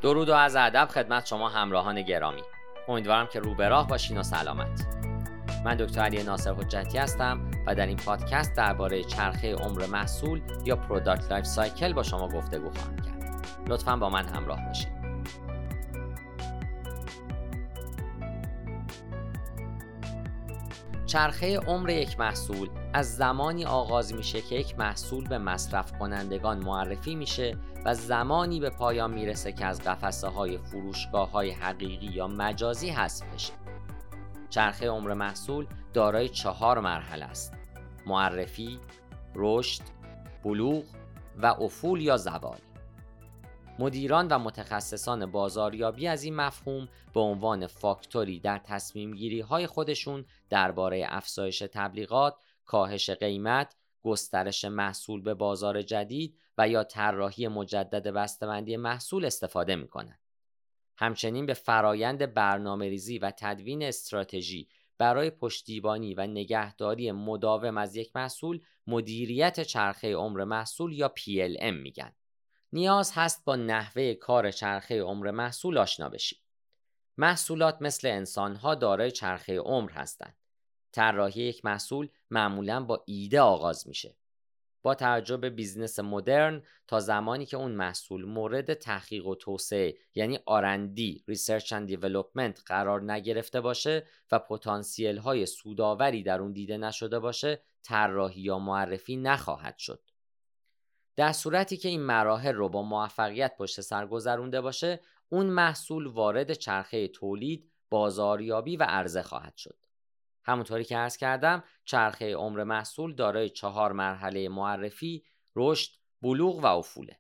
درود و عرض ادب خدمت شما همراهان گرامی. امیدوارم که رو به راه باشین و سلامت. من دکتر علی ناصر حجتی هستم و در این پادکست درباره چرخه عمر محصول یا پروداکت لایف سایکل با شما گفتگو خواهم کرد. لطفاً با من همراه باشید. چرخه عمر یک محصول از زمانی آغاز میشه که یک محصول به مصرف کنندگان معرفی میشه و زمانی به پایان میرسه که از قفسه های فروشگاه های حقیقی یا مجازی حذف بشه. چرخه عمر محصول دارای 4 مرحله است: معرفی، رشد، بلوغ و افول یا زوال. مدیران و متخصصان بازاریابی از این مفهوم به عنوان فاکتوری در تصمیم گیری های خودشون درباره افزایش تبلیغات، کاهش قیمت، گسترش محصول به بازار جدید و یا طراحی مجدد بسته‌بندی محصول استفاده می‌کنند. همچنین به فرایند برنامه‌ریزی و تدوین استراتژی برای پشتیبانی و نگهداری مداوم از یک محصول مدیریت چرخه عمر محصول یا PLM میگن. نیاز هست با نحوه کار چرخه عمر محصول آشنا بشیم. محصولات مثل انسان‌ها دارای چرخه عمر هستند. طراحی یک محصول معمولاً با ایده آغاز میشه. با توجه به بیزنس مدرن تا زمانی که اون محصول مورد تحقیق و توسعه یعنی R&D Research and Development قرار نگرفته باشه و پتانسیل های سودآوری در اون دیده نشده باشه، طراحی یا معرفی نخواهد شد. در صورتی که این مراحل رو با موفقیت پشت سر گذرونده باشه، اون محصول وارد چرخه تولید، بازاریابی و عرضه خواهد شد. همونطوری که عرض کردم، چرخه عمر محصول دارای 4 مرحله معرفی، رشد، بلوغ و افوله.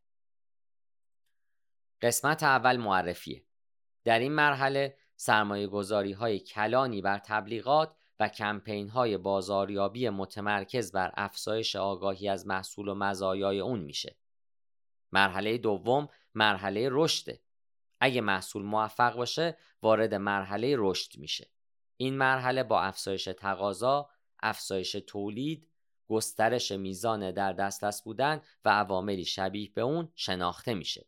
قسمت اول معرفیه. در این مرحله سرمایه گذاری های کلانی بر تبلیغات و کمپین های بازاریابی متمرکز بر افزایش آگاهی از محصول و مزایای اون میشه. مرحله دوم مرحله رشده. اگه محصول موفق باشه وارد مرحله رشد میشه. این مرحله با افزایش تقاضا، افزایش تولید، گسترش میزان در دسترس بودن و عواملی شبیه به اون شناخته میشه.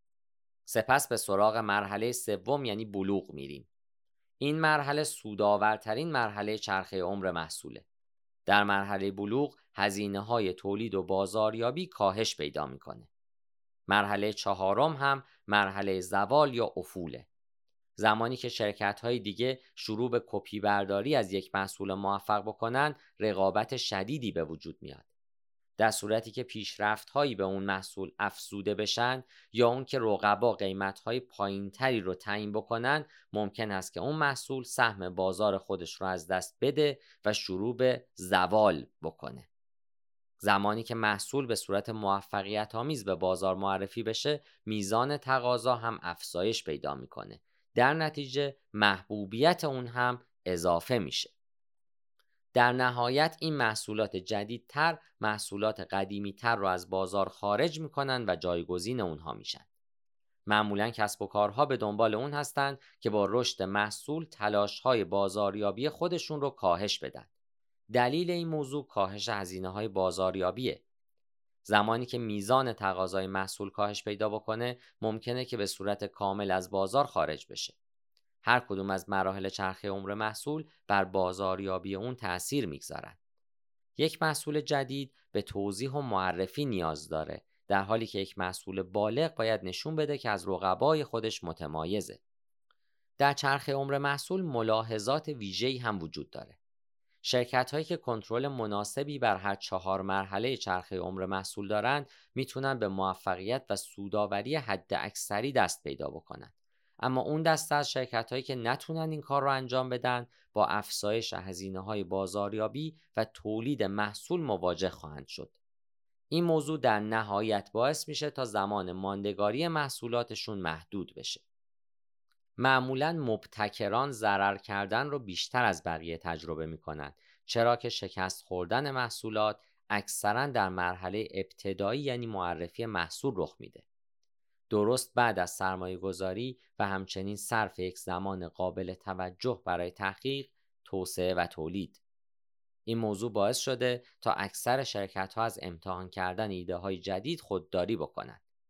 سپس به سراغ مرحله سوم یعنی بلوغ میریم. این مرحله سودآورترین مرحله چرخه عمر محصوله. در مرحله بلوغ هزینه‌های تولید و بازاریابی کاهش پیدا میکنه. مرحله چهارم هم مرحله زوال یا افوله. زمانی که شرکت‌های دیگه شروع به کپی برداری از یک محصول موفق بکنن، رقابت شدیدی به وجود میاد. در صورتی که پیشرفت‌هایی به اون محصول افزوده بشن یا اون که رقبا قیمت‌های پایین‌تری رو تعیین بکنن، ممکن است که اون محصول سهم بازار خودش رو از دست بده و شروع به زوال بکنه. زمانی که محصول به صورت موفقیت آمیز به بازار معرفی بشه، میزان تقاضا هم افزایش پیدا میکنه. در نتیجه محبوبیت اون هم اضافه میشه. در نهایت این محصولات جدیدتر محصولات قدیمیتر رو از بازار خارج میکنن و جایگزین اونها میشن. معمولاً کسب و کارها به دنبال اون هستن که با رشد محصول تلاش‌های بازاریابی خودشون رو کاهش بدن. دلیل این موضوع کاهش هزینه‌های بازاریابیه. زمانی که میزان تقاضای محصول کاهش پیدا بکنه، ممکنه که به صورت کامل از بازار خارج بشه. هر کدوم از مراحل چرخه عمر محصول بر بازاریابی اون تأثیر میگذارن. یک محصول جدید به توضیح و معرفی نیاز داره، در حالی که یک محصول بالغ باید نشون بده که از رقبای خودش متمایزه. در چرخه عمر محصول ملاحظات ویژه‌ای هم وجود داره. شرکت‌هایی که کنترل مناسبی بر هر 4 مرحله چرخه عمر محصول دارند میتونن به موفقیت و سودآوری حد اکثری دست پیدا بکنن. اما اون دسته از شرکت‌هایی که نتونن این کار رو انجام بدن با افزایش هزینه‌های بازاریابی و تولید محصول مواجه خواهند شد. این موضوع در نهایت باعث میشه تا زمان ماندگاری محصولاتشون محدود بشه. معمولاً مبتکران ضرر کردن رو بیشتر از بقیه تجربه میکنن، چرا که شکست خوردن محصولات اکثراً در مرحله ابتدایی یعنی معرفی محصول رخ میده. درست بعد از سرمایه گذاری و همچنین صرف یک زمان قابل توجه برای تحقیق، توسعه و تولید. این موضوع باعث شده تا اکثر شرکت‌ها از امتحان کردن ایده‌های جدید خودداری بکنن.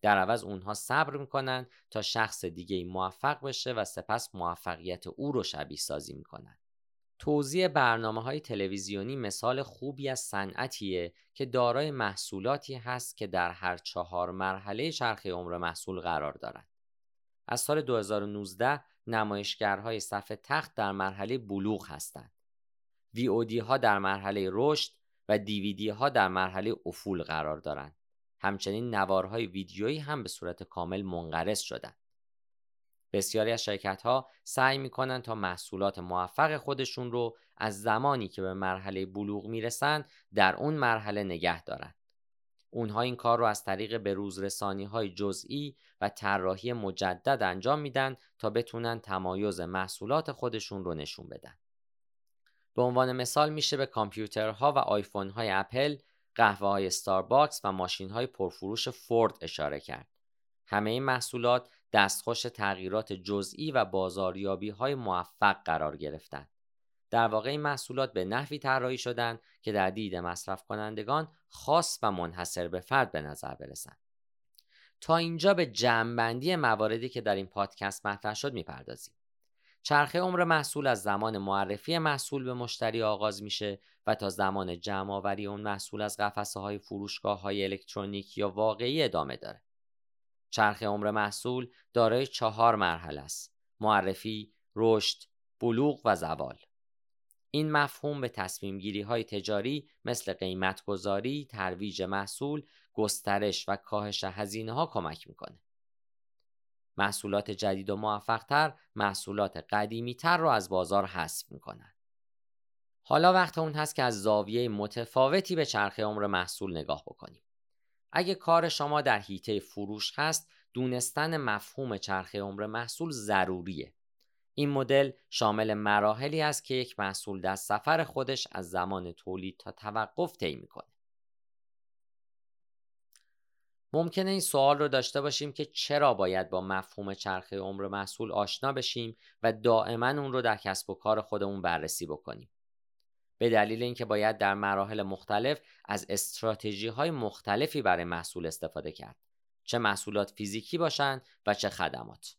در عوض اونها صبر میکنن تا شخص دیگه موفق بشه و سپس موفقیت او رو شبیه سازی میکنن. توزیع برنامه‌های تلویزیونی مثال خوبی از صنعتیه که دارای محصولاتی هست که در هر 4 مرحله چرخه عمر محصول قرار دارند. از سال 2019 نمایشگرهای صف تخت در مرحله بلوغ هستند. VOD ها در مرحله رشد و DVD ها در مرحله افول قرار دارند. همچنین نوارهای ویدیویی هم به صورت کامل منقرض شدند. بسیاری از شرکت‌ها سعی می‌کنند تا محصولات موفق خودشون رو از زمانی که به مرحله بلوغ میرسن در اون مرحله نگه دارن. اونها این کار رو از طریق بروزرسانی‌های جزئی و طراحی مجدد انجام میدن تا بتونن تمایز محصولات خودشون رو نشون بدن. به عنوان مثال میشه به کامپیوترها و آیفون‌های اپل، قهوه‌های استارباکس و ماشین‌های پرفروش فورد اشاره کرد. همه این محصولات دستخوش تغییرات جزئی و بازاریابی‌های موفق قرار گرفتند. در واقع این محصولات به نحوی طراحی شدند که در دید مصرف کنندگان خاص و منحصر به فرد به نظر برسند. تا اینجا به جمع‌بندی مواردی که در این پادکست مطرح شد میپردازیم. چرخه عمر محصول از زمان معرفی محصول به مشتری آغاز میشه و تا زمان جمع‌آوری اون محصول از قفسه‌های فروشگاه‌های الکترونیک یا واقعی ادامه داره. چرخه عمر محصول دارای 4 مرحله است: معرفی، رشد، بلوغ و زوال. این مفهوم به تصمیم گیری های تجاری مثل قیمت گذاری، ترویج محصول، گسترش و کاهش هزینه ها کمک میکنه. محصولات جدید و موفق‌تر محصولات قدیمی‌تر رو از بازار حذف میکنن. حالا وقت اون هست که از زاویه متفاوتی به چرخه عمر محصول نگاه بکنیم. اگه کار شما در حیطه فروش هست، دونستن مفهوم چرخه عمر محصول ضروریه. این مدل شامل مراحلی است که یک محصول در سفر خودش از زمان تولید تا توقف طی میکنه. ممکنه این سوال رو داشته باشیم که چرا باید با مفهوم چرخه عمر محصول آشنا بشیم و دائما اون رو در کسب و کار خودمون بررسی بکنیم. به دلیل اینکه باید در مراحل مختلف از استراتژی‌های مختلفی برای محصول استفاده کرد، چه محصولات فیزیکی باشن و چه خدمات.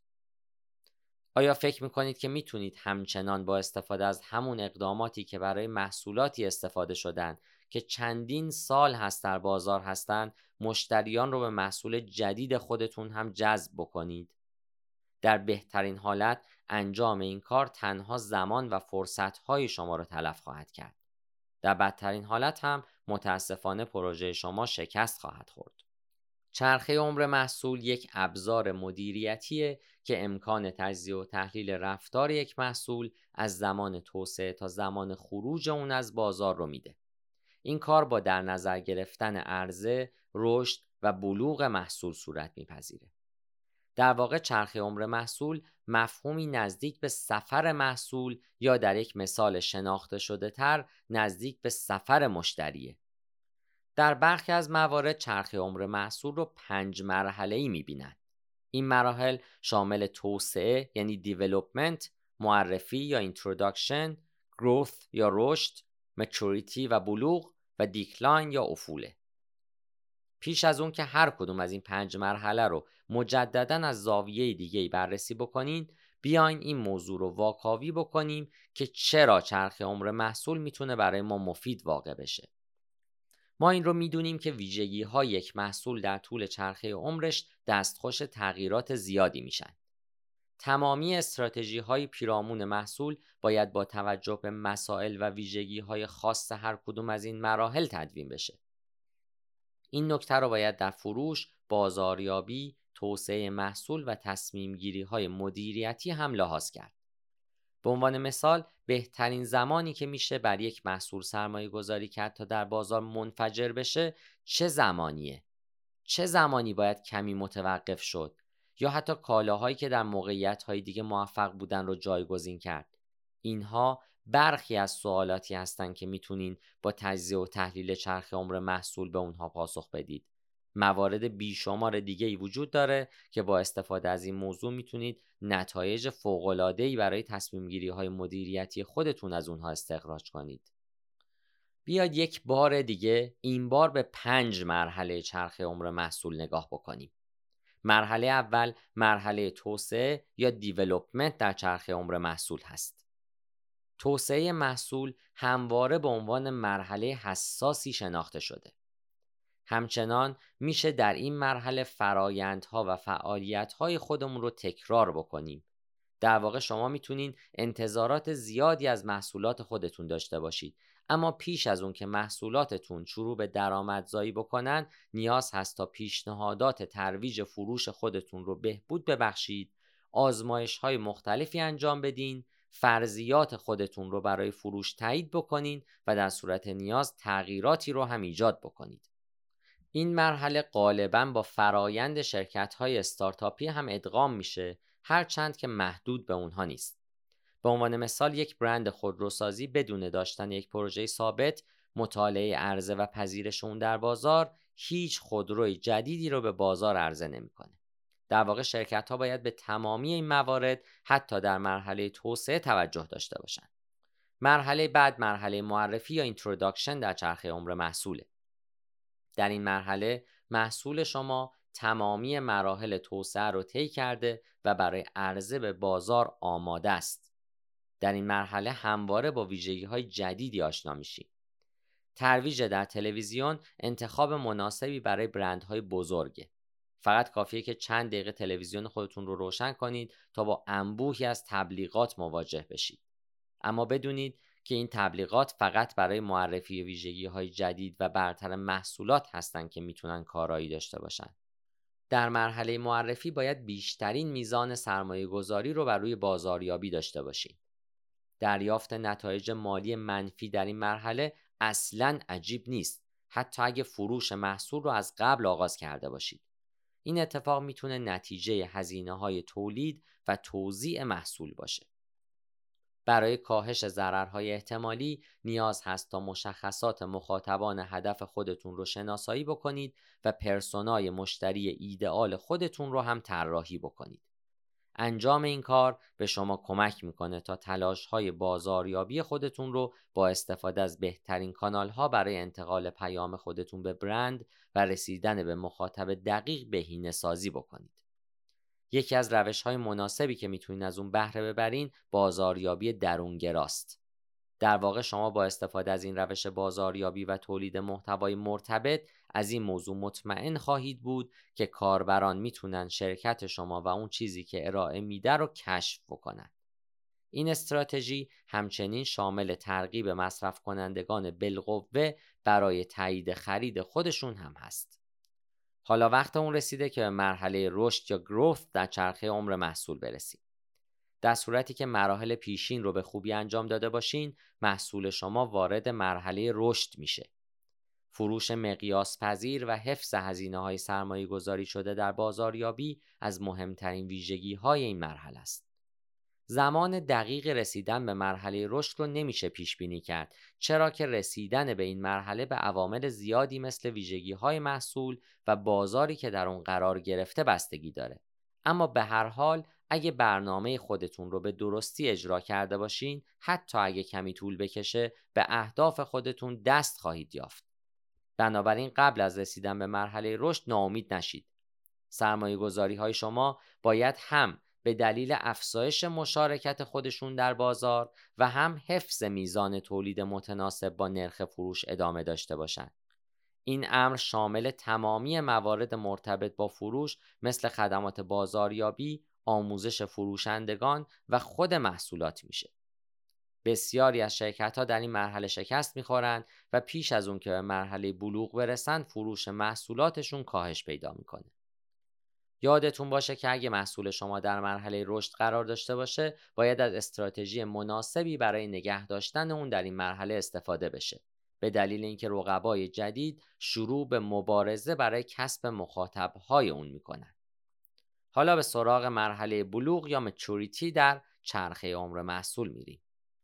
آیا فکر میکنید که میتونید همچنان با استفاده از همون اقداماتی که برای محصولاتی استفاده شدن که چندین سال هست در بازار هستن، مشتریان رو به محصول جدید خودتون هم جذب بکنید؟ در بهترین حالت انجام این کار تنها زمان و فرصت‌های شما رو تلف خواهد کرد. در بدترین حالت هم متاسفانه پروژه شما شکست خواهد خورد. چرخه عمر محصول یک ابزار مدیریتیه که امکان تجزیه و تحلیل رفتار یک محصول از زمان توسعه تا زمان خروج اون از بازار رو میده. این کار با در نظر گرفتن عرضه، رشد و بلوغ محصول صورت میپذیره. در واقع چرخه عمر محصول مفهومی نزدیک به سفر محصول یا در یک مثال شناخته شده تر نزدیک به سفر مشتریه. در برخی از موارد چرخه عمر محصول رو 5 مرحله‌ای می‌بینن. این مراحل شامل توسعه یعنی development، معرفی یا introduction، growth یا رشد، maturity و بلوغ و decline یا افوله. پیش از اون که هر کدوم از این 5 مرحله رو مجدداً از زاویه دیگه‌ای بررسی بکنین، بیاین این موضوع رو واکاوی بکنیم که چرا چرخه عمر محصول میتونه برای ما مفید واقع بشه. ما این رو میدونیم که ویژگی‌های یک محصول در طول چرخه عمرش دستخوش تغییرات زیادی میشن. تمامی استراتژی‌های پیرامون محصول باید با توجه به مسائل و ویژگی‌های خاص هر کدوم از این مراحل تدوین بشه. این نکته رو باید در فروش، بازاریابی، توسعه محصول و تصمیم‌گیری‌های مدیریتی هم لحاظ کرد. به عنوان مثال، بهترین زمانی که میشه بر یک محصول سرمایه گذاری کرد تا در بازار منفجر بشه چه زمانیه؟ چه زمانی باید کمی متوقف شد؟ یا حتی کالاهایی که در موقعیت‌های دیگه موفق بودن رو جایگزین کرد؟ اینها برخی از سوالاتی هستن که میتونین با تجزیه و تحلیل چرخه عمر محصول به اونها پاسخ بدید. موارد بیشمار دیگه‌ای وجود داره که با استفاده از این موضوع میتونید نتایج فوق‌العاده‌ای برای تصمیم‌گیری‌های مدیریتی خودتون از اونها استخراج کنید. بیاید یک بار دیگه این بار به 5 مرحله چرخه عمر محصول نگاه بکنیم. مرحله اول مرحله توسعه یا دیولپمنت در چرخه عمر محصول هست. توسعه محصول همواره به عنوان مرحله حساسی شناخته شده. همچنان میشه در این مرحله فرایندها و فعالیت‌های خودمون رو تکرار بکنیم. در واقع شما میتونین انتظارات زیادی از محصولات خودتون داشته باشید، اما پیش از اون که محصولاتتون شروع به درآمدزایی بکنن، نیاز هست تا پیشنهادات ترویج فروش خودتون رو بهبود ببخشید، آزمایش‌های مختلفی انجام بدین، فرضیات خودتون رو برای فروش تایید بکنین و در صورت نیاز تغییراتی رو هم ایجاد بکنید. این مرحله غالباً با فرایند شرکت‌های استارتاپی هم ادغام میشه، هرچند که محدود به اونها نیست. به عنوان مثال یک برند خودروسازی بدون داشتن یک پروژه ثابت، مطالعه عرضه و پذیرش اون در بازار، هیچ خودروی جدیدی رو به بازار عرضه نمی‌کنه. در واقع شرکت‌ها باید به تمامی این موارد حتی در مرحله توسعه توجه داشته باشند. مرحله بعد مرحله معرفی یا اینتروداکشن در چرخه عمر محصوله. در این مرحله محصول شما تمامی مراحل توسعه رو طی کرده و برای عرضه به بازار آماده است. در این مرحله همواره با ویژگی‌های جدیدی آشنا میشید. ترویج در تلویزیون انتخاب مناسبی برای برندهای بزرگه. فقط کافیه که چند دقیقه تلویزیون خودتون رو روشن کنید تا با انبوهی از تبلیغات مواجه بشید. اما بدونید که این تبلیغات فقط برای معرفی ویژگی‌های جدید و برتر محصولات هستند که میتونن کارایی داشته باشن. در مرحله معرفی باید بیشترین میزان سرمایه‌گذاری رو بر روی بازاریابی داشته باشید. دریافت نتایج مالی منفی در این مرحله اصلاً عجیب نیست، حتی اگه فروش محصول رو از قبل آغاز کرده باشید. این اتفاق میتونه نتیجه هزینه‌های تولید و توزیع محصول باشه. برای کاهش ضررهای احتمالی نیاز هست تا مشخصات مخاطبان هدف خودتون رو شناسایی بکنید و پرسونای مشتری ایدئال خودتون رو هم طراحی بکنید. انجام این کار به شما کمک میکنه تا تلاش‌های بازاریابی خودتون رو با استفاده از بهترین کانال‌ها برای انتقال پیام خودتون به برند و رسیدن به مخاطب دقیق بهینه‌سازی بکنید. یکی از روش‌های مناسبی که میتونید از اون بهره ببرین بازاریابی درونگراست. در واقع شما با استفاده از این روش بازاریابی و تولید محتوای مرتبط از این موضوع مطمئن خواهید بود که کاربران میتونن شرکت شما و اون چیزی که ارائه میده رو کشف بکنن. این استراتژی همچنین شامل ترغیب مصرف کنندگان بالقوه برای تایید خرید خودشون هم هست. حالا وقت اون رسیده که به مرحله رشد یا growth در چرخه عمر محصول برسیم. در صورتی که مراحل پیشین رو به خوبی انجام داده باشین، محصول شما وارد مرحله رشد میشه. فروش مقیاس پذیر و حفظ هزینه‌های سرمایه‌گذاری شده در بازاریابی از مهمترین ویژگی‌های این مرحله است. زمان دقیق رسیدن به مرحله رشد رو نمیشه پیش بینی کرد، چرا که رسیدن به این مرحله به عوامل زیادی مثل ویژگی‌های محصول و بازاری که در اون قرار گرفته بستگی داره. اما به هر حال اگه برنامه خودتون رو به درستی اجرا کرده باشین، حتی اگه کمی طول بکشه، به اهداف خودتون دست خواهید یافت. بنابراین قبل از رسیدن به مرحله رشد ناامید نشید. سرمایه‌گذاری‌های شما باید هم به دلیل افزایش مشارکت خودشون در بازار و هم حفظ میزان تولید متناسب با نرخ فروش ادامه داشته باشند. این امر شامل تمامی موارد مرتبط با فروش مثل خدمات بازاریابی، آموزش فروشندگان و خود محصولات میشه. بسیاری از شرکت‌ها در این مرحله شکست می‌خورند و پیش از اون که به مرحله بلوغ برسن فروش محصولاتشون کاهش پیدا می‌کنه. یادتون باشه که اگه محصول شما در مرحله رشد قرار داشته باشه، باید از استراتژی مناسبی برای نگه داشتن اون در این مرحله استفاده بشه. به دلیل اینکه رقبای جدید شروع به مبارزه برای کسب مخاطب‌های اون میکنن. حالا به سراغ مرحله بلوغ یا مچوریتی در چرخه عمر محصول میریم.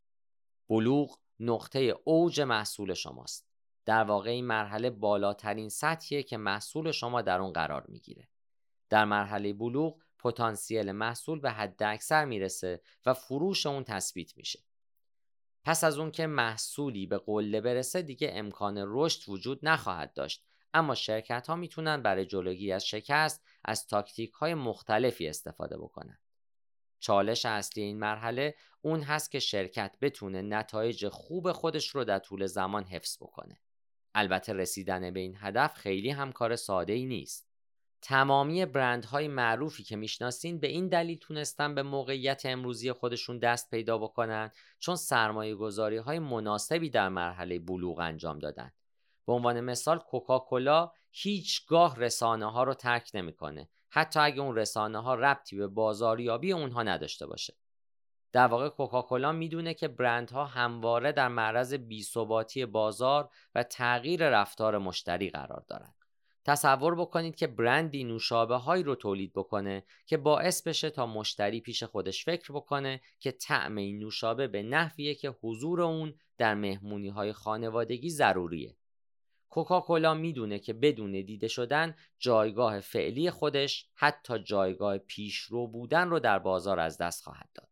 بلوغ نقطه اوج محصول شماست. در واقع این مرحله بالاترین سطحیه که محصول شما در اون قرار میگیره. در مرحله بلوغ پتانسیل محصول به حد اکثر میرسه و فروش اون تثبیت میشه. پس از اون که محصولی به قله برسه دیگه امکان رشد وجود نخواهد داشت، اما شرکت ها میتونن برای جلوگیری از شکست از تاکتیک های مختلفی استفاده بکنن. چالش اصلی این مرحله اون هست که شرکت بتونه نتایج خوب خودش رو در طول زمان حفظ بکنه. البته رسیدن به این هدف خیلی هم کار ساده ای نیست. تمامی برندهای معروفی که میشناسین به این دلیل تونستن به موقعیت امروزی خودشون دست پیدا بکنن چون سرمایه گذاری های مناسبی در مرحله بلوغ انجام دادن. به عنوان مثال کوکاکولا هیچگاه رسانه ها رو ترک نمیکنه، حتی اگه اون رسانه ها ربطی به بازاریابی اونها نداشته باشه. در واقع کوکاکولا میدونه که برندها همواره در معرض بی‌ثباتی بازار و تغییر رفتار مشتری قرار دارند. تصور بکنید که برندی نوشابه هایی رو تولید بکنه که باعث بشه تا مشتری پیش خودش فکر بکنه که طعم این نوشابه به نحویه که حضور اون در مهمونی های خانوادگی ضروریه. کوکاکولا میدونه که بدون دیده شدن جایگاه فعلی خودش حتی جایگاه پیشرو بودن رو در بازار از دست خواهد داد.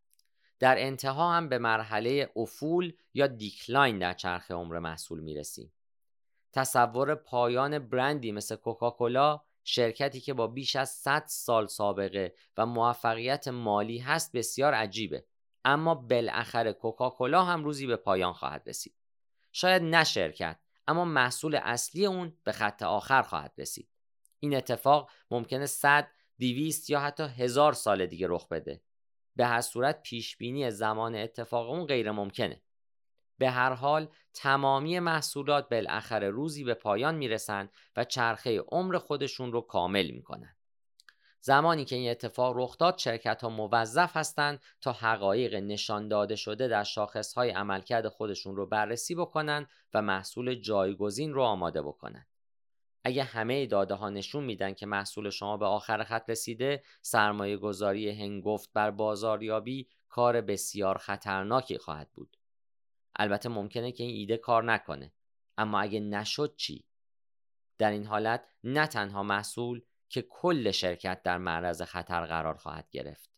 در انتها هم به مرحله افول یا دیکلاین در چرخه عمر محصول میرسیم. تصور پایان برندی مثل کوکاکولا، شرکتی که با بیش از 100 سال سابقه و موفقیت مالی هست، بسیار عجیبه. اما بالاخره کوکاکولا هم روزی به پایان خواهد رسید. شاید نه شرکت، اما محصول اصلی اون به خط آخر خواهد رسید. این اتفاق ممکنه 100، 200 یا حتی 1000 سال دیگه رخ بده. به هر صورت پیشبینی زمان اتفاق اون غیر ممکنه. به هر حال تمامی محصولات بالاخره روزی به پایان میرسن و چرخه عمر خودشون رو کامل میکنن. زمانی که این اتفاق رخ داد شرکت ها موظف هستند تا حقایق نشان داده شده در شاخص های عملکرد خودشون رو بررسی بکنن و محصول جایگزین رو آماده بکنن. اگه همه داده ها نشون میدن که محصول شما به آخر خط رسیده، سرمایه گذاری هنگفت بر بازاریابی کار بسیار خطرناکی خواهد بود. البته ممکنه که این ایده کار نکنه، اما اگه نشد چی؟ در این حالت نه تنها محصول که کل شرکت در معرض خطر قرار خواهد گرفت.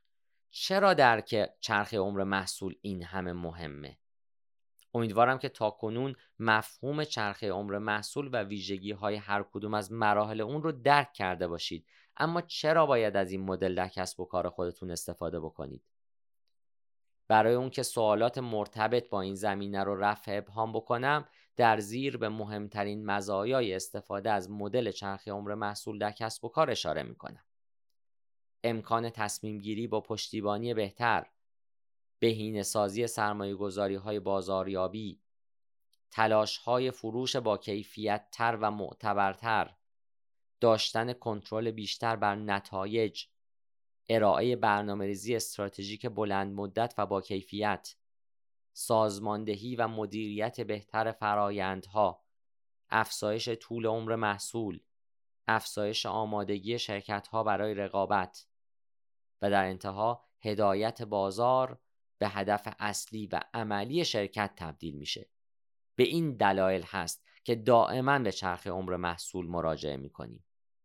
چرا درک چرخه عمر محصول این همه مهمه؟ امیدوارم که تاکنون مفهوم چرخه عمر محصول و ویژگی های هر کدوم از مراحل اون رو درک کرده باشید. اما چرا باید از این مدل در کسب و کار خودتون استفاده بکنید؟ برای اون که سوالات مرتبط با این زمینه رو رفع ابهام بکنم، در زیر به مهمترین مزایای استفاده از مدل چرخه عمر محصول در کسب و کار اشاره میکنم. امکان تصمیم گیری با پشتیبانی بهتر، بهینه‌سازی سرمایه‌گذاری‌های بازاریابی، تلاش‌های فروش با کیفیت تر و معتبرتر، داشتن کنترل بیشتر بر نتایج، ارائه برنامه‌ریزی استراتژیک بلند مدت و با کیفیت، سازماندهی و مدیریت بهتر فرآیندها، افزایش طول عمر محصول، افزایش آمادگی شرکت‌ها برای رقابت و در انتها هدایت بازار به هدف اصلی و عملی شرکت تبدیل میشه. به این دلایل هست که دائما به چرخه عمر محصول مراجعه میکنیم.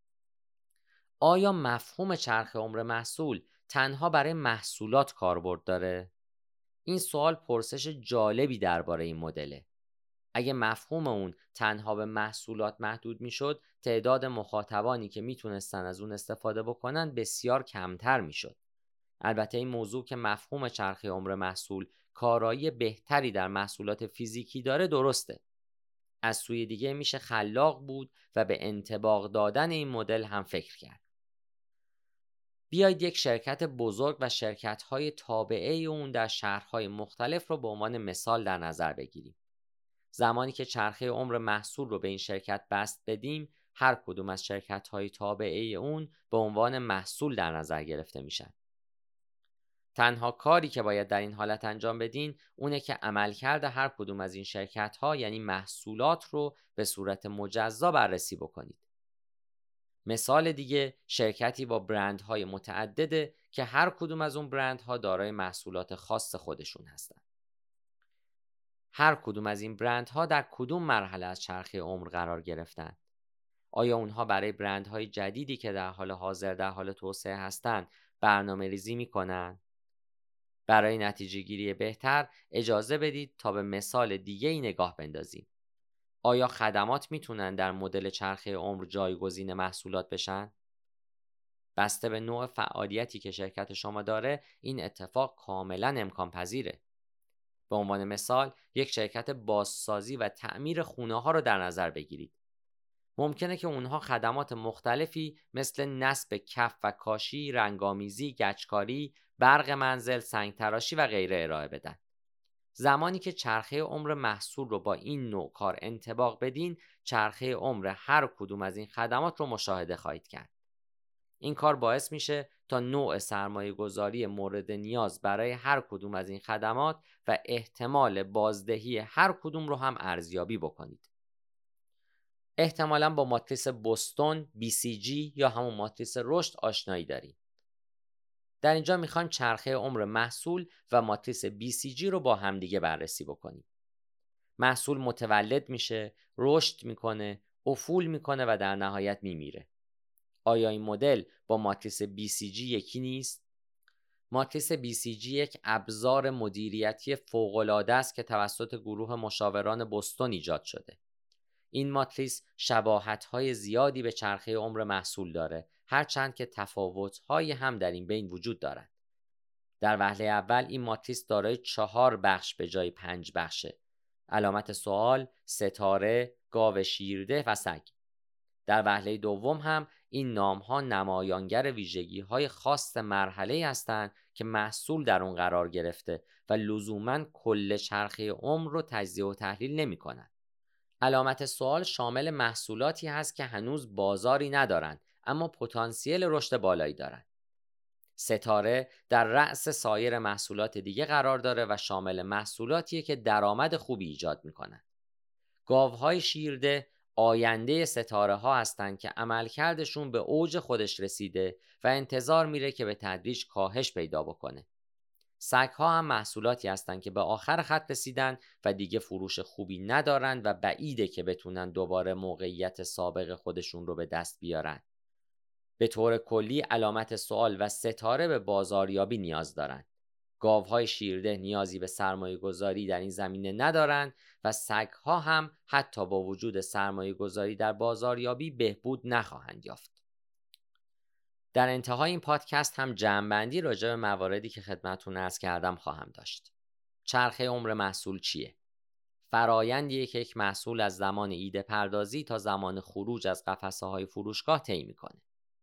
آیا مفهوم چرخه عمر محصول تنها برای محصولات کاربرد داره؟ این سوال پرسش جالبی درباره این مدله. اگه مفهوم اون تنها به محصولات محدود میشد، تعداد مخاطبانی که میتونستن از اون استفاده بکنن بسیار کمتر میشد. البته این موضوع که مفهوم چرخه عمر محصول کارایی بهتری در محصولات فیزیکی داره درسته. از سوی دیگه میشه خلاق بود و به انطباق دادن این مدل هم فکر کرد. بیایید یک شرکت بزرگ و شرکت‌های تابعه اون در شهرهای مختلف رو به عنوان مثال در نظر بگیریم. زمانی که چرخه عمر محصول رو به این شرکت بست بدیم، هر کدوم از شرکت‌های تابعه اون به عنوان محصول در نظر گرفته میشن. تنها کاری که باید در این حالت انجام بدین اونه که عملکرد هر کدوم از این شرکت‌ها یعنی محصولات رو به صورت مجزا بررسی بکنید. مثال دیگه شرکتی با برندهای متعدده که هر کدوم از اون برندها دارای محصولات خاص خودشون هستن. هر کدوم از این برندها در کدوم مرحله از چرخه عمر قرار گرفتن؟ آیا اونها برای برندهای جدیدی که در حال حاضر در حال توسعه هستن برنامه ریزی میکنن؟ برای نتیجه گیری بهتر اجازه بدید تا به مثال دیگه ای نگاه بندازیم. آیا خدمات میتونن در مدل چرخه عمر جایگزین محصولات بشن؟ بسته به نوع فعالیتی که شرکت شما داره، این اتفاق کاملا امکان پذیره. به عنوان مثال، یک شرکت بازسازی و تعمیر خونه ها رو در نظر بگیرید. ممکنه که اونها خدمات مختلفی مثل نصب کف و کاشی، رنگامیزی، گچکاری، برق منزل، سنگ تراشی و غیره ارائه بدن. زمانی که چرخه عمر محصول رو با این نوع کار انطباق بدین، چرخه عمر هر کدوم از این خدمات رو مشاهده خواهید کرد. این کار باعث میشه تا نوع سرمایه گذاری مورد نیاز برای هر کدوم از این خدمات و احتمال بازدهی هر کدوم رو هم ارزیابی بکنید. احتمالاً با ماتریس بوستون BCG یا همون ماتریس رشد آشنایی دارید. در اینجا میخوایم چرخه عمر محصول و ماتریس BCG رو با همدیگه بررسی بکنیم. محصول متولد میشه، رشد میکنه، افول میکنه و در نهایت میمیره. آیا این مدل با ماتریس BCG یکی نیست؟ ماتریس BCG یک ابزار مدیریتی فوق‌العاده است که توسط گروه مشاوران بوستون ایجاد شده. این ماتریس شباهت‌های زیادی به چرخه عمر محصول داره، هرچند که تفاوت‌هایی هم در این بین وجود دارد. در وهله اول این ماتریس دارای 4 بخش به جای 5 بخشه. علامت سوال، ستاره، گاو شیرده و سگ. در وهله دوم هم این نام‌ها نمایانگر ویژگی‌های خاص مرحله‌ای هستند که محصول در اون قرار گرفته و لزوماً کل چرخه عمر رو تجزیه و تحلیل نمی‌کنند. علامت سوال شامل محصولاتی هست که هنوز بازاری ندارند اما پتانسیل رشد بالایی دارند. ستاره در رأس سایر محصولات دیگه قرار داره و شامل محصولاتیه که درآمد خوبی ایجاد میکنن. گاوهای شیرده آینده ستاره ها هستند که عملکردشون به اوج خودش رسیده و انتظار میره که به تدریج کاهش پیدا بکنه. سگ ها هم محصولاتی هستند که به آخر خط رسیدن و دیگه فروش خوبی ندارن و بعیده که بتونن دوباره موقعیت سابق خودشون رو به دست بیارن. به طور کلی علامت سوال و ستاره به بازاریابی نیاز دارن. گاوهای شیرده نیازی به سرمایه گذاری در این زمینه ندارن و سگ ها هم حتی با وجود سرمایه گذاری در بازاریابی بهبود نخواهند یافت. در انتهای این پادکست هم جمع‌بندی راجع به مواردی که خدمتتون عرض کردم خواهم داشت. چرخه عمر محصول چیه؟ فرایندیه که یک محصول از زمان ایده پردازی تا زمان خروج از قفسه های فروشگاه طی میکنه.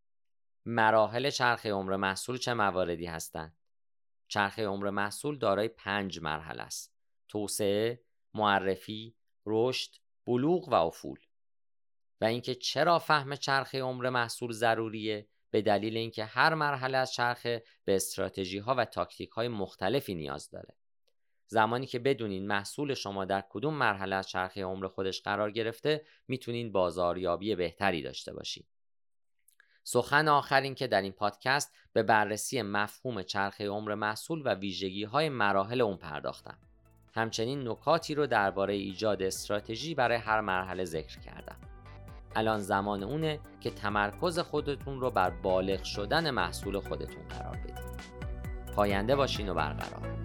مراحل چرخه عمر محصول چه مواردی هستند؟ چرخه عمر محصول دارای 5 مرحله است: توسعه، معرفی، رشد، بلوغ و افول. و اینکه چرا فهم چرخه عمر محصول ضروریه؟ به دلیل اینکه هر مرحله از چرخه به استراتژی‌ها و تاکتیک‌های مختلفی نیاز داره. زمانی که بدونین محصول شما در کدوم مرحله از چرخه عمر خودش قرار گرفته، میتونین بازاریابی بهتری داشته باشین. سخن آخر این که در این پادکست به بررسی مفهوم چرخه عمر محصول و ویژگی‌های مراحل اون پرداختم. همچنین نکاتی رو درباره ایجاد استراتژی برای هر مرحله ذکر کردم. الان زمان اونه که تمرکز خودتون رو بر بالغ شدن محصول خودتون قرار بدید. پاینده باشین و برقرار.